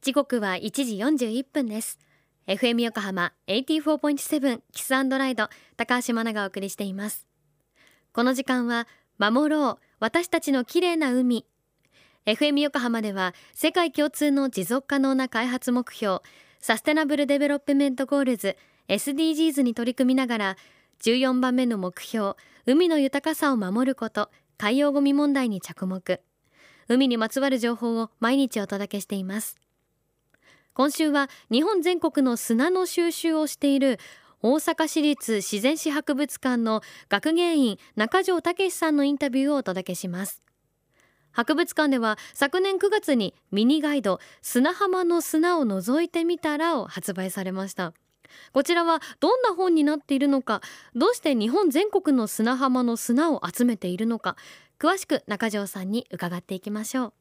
時刻は1時41分です。 FM 横浜 84.7 キス&ライド、高橋真奈がお送りしています。この時間は守ろう私たちの綺麗な海。 FM 横浜では世界共通の持続可能な開発目標サステナブルデベロップメントゴールズ SDGs に取り組みながら、14番目の目標海の豊かさを守ること、海洋ゴミ問題に着目。海にまつわる情報を毎日お届けしています。今週は日本全国の砂の収集をしている大阪市立自然史博物館の学芸員中条武さんのインタビューをお届けします。博物館では昨年9月にミニガイド砂浜の砂を覗いてみたらを発売されました。こちらはどんな本になっているのか、どうして日本全国の砂浜の砂を集めているのか、詳しく中条さんに伺っていきましょう。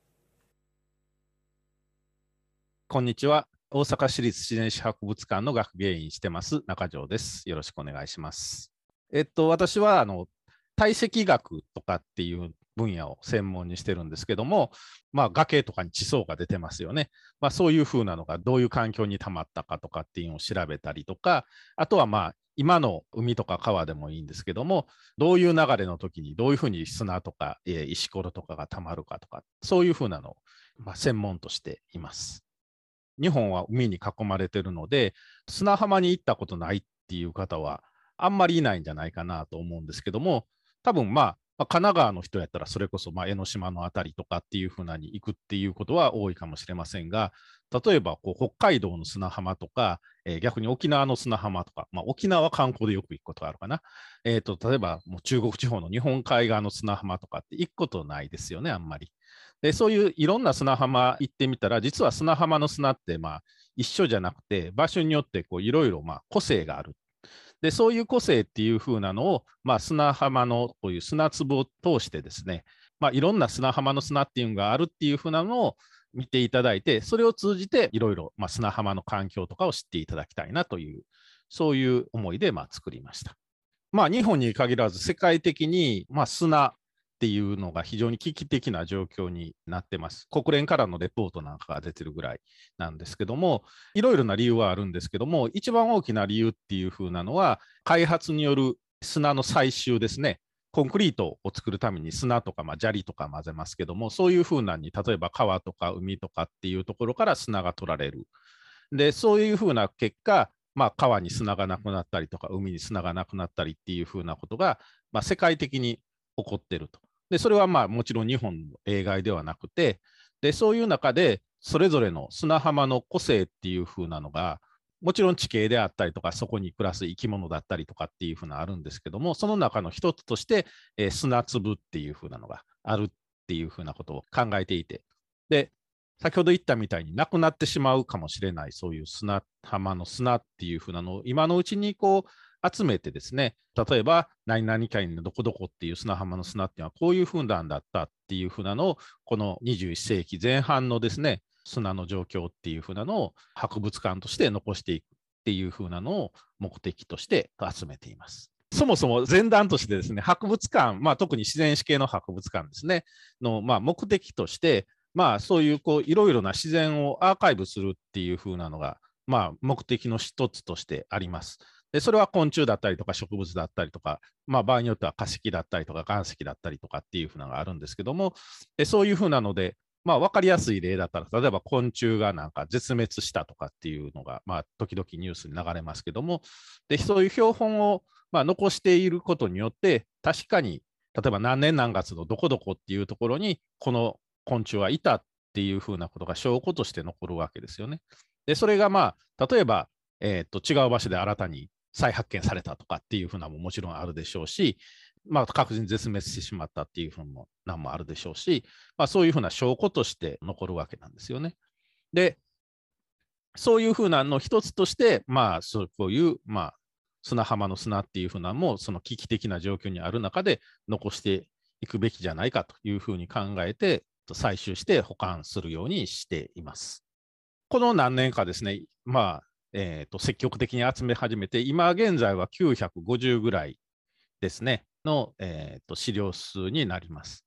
こんにちは。大阪市立自然史博物館の学芸員してます中条です。よろしくお願いします。私は堆積学とかっていう分野を専門にしてるんですけども、崖とかに地層が出てますよね。そういうふうなのがどういう環境にたまったかとかっていうのを調べたりとか、あとは今の海とか川でもいいんですけども、どういう流れの時にどういうふうに砂とか石ころとかがたまるかとか、そういうふうなのを専門としています。日本は海に囲まれているので、砂浜に行ったことないっていう方はあんまりいないんじゃないかなと思うんですけども、多分神奈川の人やったらそれこそ江ノ島のあたりとかっていうふうなに行くっていうことは多いかもしれませんが、例えば北海道の砂浜とか、逆に沖縄の砂浜とか、沖縄は観光でよく行くことがあるかな。例えばもう中国地方の日本海側の砂浜とかって行くことないですよね、あんまり。でそういういろんな砂浜行ってみたら、実は砂浜の砂って一緒じゃなくて、場所によっていろいろ個性がある。でそういう個性っていう風なのを、砂浜のこういう砂粒を通してですね、いろんな砂浜の砂っていうのがあるっていう風なのを見ていただいて、それを通じていろいろ砂浜の環境とかを知っていただきたいなという、そういう思いで作りました。日本に限らず世界的に砂っていうのが非常に危機的な状況になってます。国連からのレポートなんかが出てるぐらいなんですけども、いろいろな理由はあるんですけども、一番大きな理由っていう風なのは、開発による砂の採集ですね。コンクリートを作るために砂とか砂利とか混ぜますけども、そういう風なに、例えば川とか海とかっていうところから砂が取られる。で、そういう風な結果、川に砂がなくなったりとか、海に砂がなくなったりっていう風なことが、世界的に起こっていると。で、それはもちろん日本の例外ではなくて、で、そういう中で、それぞれの砂浜の個性っていう風なのが、もちろん地形であったりとか、そこに暮らす生き物だったりとかっていう風なあるんですけども、その中の一つとして、砂粒っていう風なのがあるっていう風なことを考えていて、で、先ほど言ったみたいになくなってしまうかもしれない、そういう砂浜の砂っていう風なのを今のうちに集めてですね、例えば何々県のどこどこっていう砂浜の砂っていうのはこういう風なんだったっていう風なのを、この21世紀前半のですね、砂の状況っていう風なのを博物館として残していくっていう風なのを目的として集めています。そもそも前段としてですね、博物館、特に自然史系の博物館ですね、の目的として、そういういろいろな自然をアーカイブするっていう風なのが、目的の一つとしてあります。でそれは昆虫だったりとか植物だったりとか、場合によっては化石だったりとか岩石だったりとかっていう風なのがあるんですけども、そういう風なので、分かりやすい例だったら、例えば昆虫がなんか絶滅したとかっていうのが、時々ニュースに流れますけども、でそういう標本を残していることによって、確かに例えば何年何月のどこどこっていうところにこの昆虫はいたっていうふうなことが証拠として残るわけですよね。でそれが例えば、違う場所で新たに再発見されたとかっていうふうなももちろんあるでしょうし、確実に絶滅してしまったっていうふうなのもあるでしょうし、そういうふうな証拠として残るわけなんですよね。でそういうふうなの一つとして、こういう、砂浜の砂っていうふうなのも、その危機的な状況にある中で残していくべきじゃないかというふうに考えて、採集して保管するようにしています。この何年かですね、積極的に集め始めて、今現在は950ぐらいですね、の、資料数になります。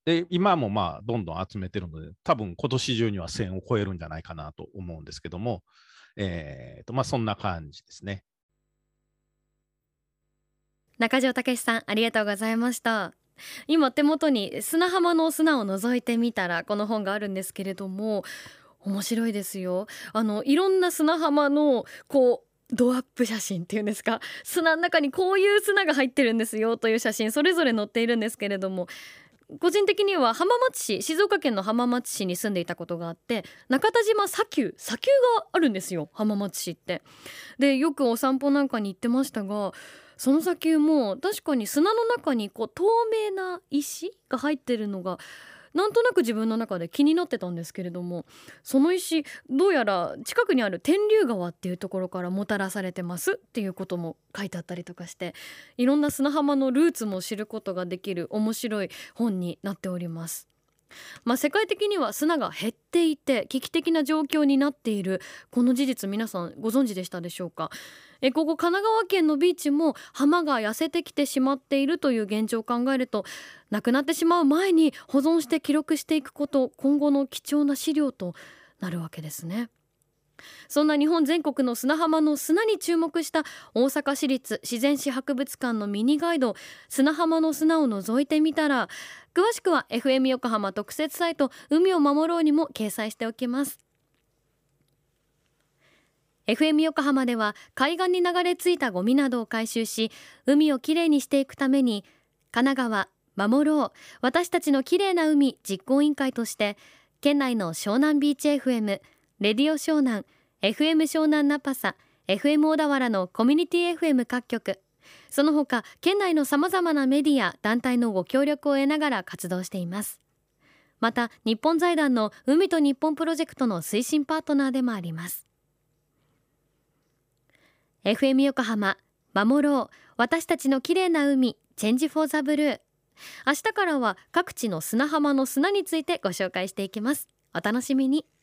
で、今もまあどんどん集めてるので、多分今年中には1000を超えるんじゃないかなと思うんですけども、まあそんな感じですね。 中条武さん、ありがとうございました。今手元に砂浜の砂を覗いてみたらこの本があるんですけれども、面白いですよ。いろんな砂浜のドアップ写真っていうんですか、砂の中にこういう砂が入ってるんですよという写真それぞれ載っているんですけれども、個人的には浜松市、静岡県の浜松市に住んでいたことがあって、中田島砂丘があるんですよ、浜松市って。でよくお散歩なんかに行ってましたが、その砂丘も確かに砂の中に透明な石が入ってるのがなんとなく自分の中で気になってたんですけれども、その石どうやら近くにある天竜川っていうところからもたらされてますっていうことも書いてあったりとかして、いろんな砂浜のルーツも知ることができる面白い本になっております。世界的には砂が減っていて危機的な状況になっている、この事実皆さんご存知でしたでしょうか。ここ神奈川県のビーチも浜が痩せてきてしまっているという現状を考えると、なくなってしまう前に保存して記録していくこと、今後の貴重な資料となるわけですね。そんな日本全国の砂浜の砂に注目した大阪市立自然史博物館のミニガイド、砂浜の砂を覗いてみたら、詳しくは FM 横浜特設サイト海を守ろうにも掲載しておきます。 FM 横浜では海岸に流れ着いたゴミなどを回収し、海をきれいにしていくために、神奈川守ろう私たちのきれいな海実行委員会として、県内の湘南ビーチ FM、レディオ湘南、 FM 湘南ナパサ、 FM 小田原のコミュニティ FM 各局、その他県内のさまざまなメディア団体のご協力を得ながら活動しています。また日本財団の海と日本プロジェクトの推進パートナーでもあります。 FM 横浜守ろう私たちのきれいな海チェンジフォーザブルー、明日からは各地の砂浜の砂についてご紹介していきます。お楽しみに。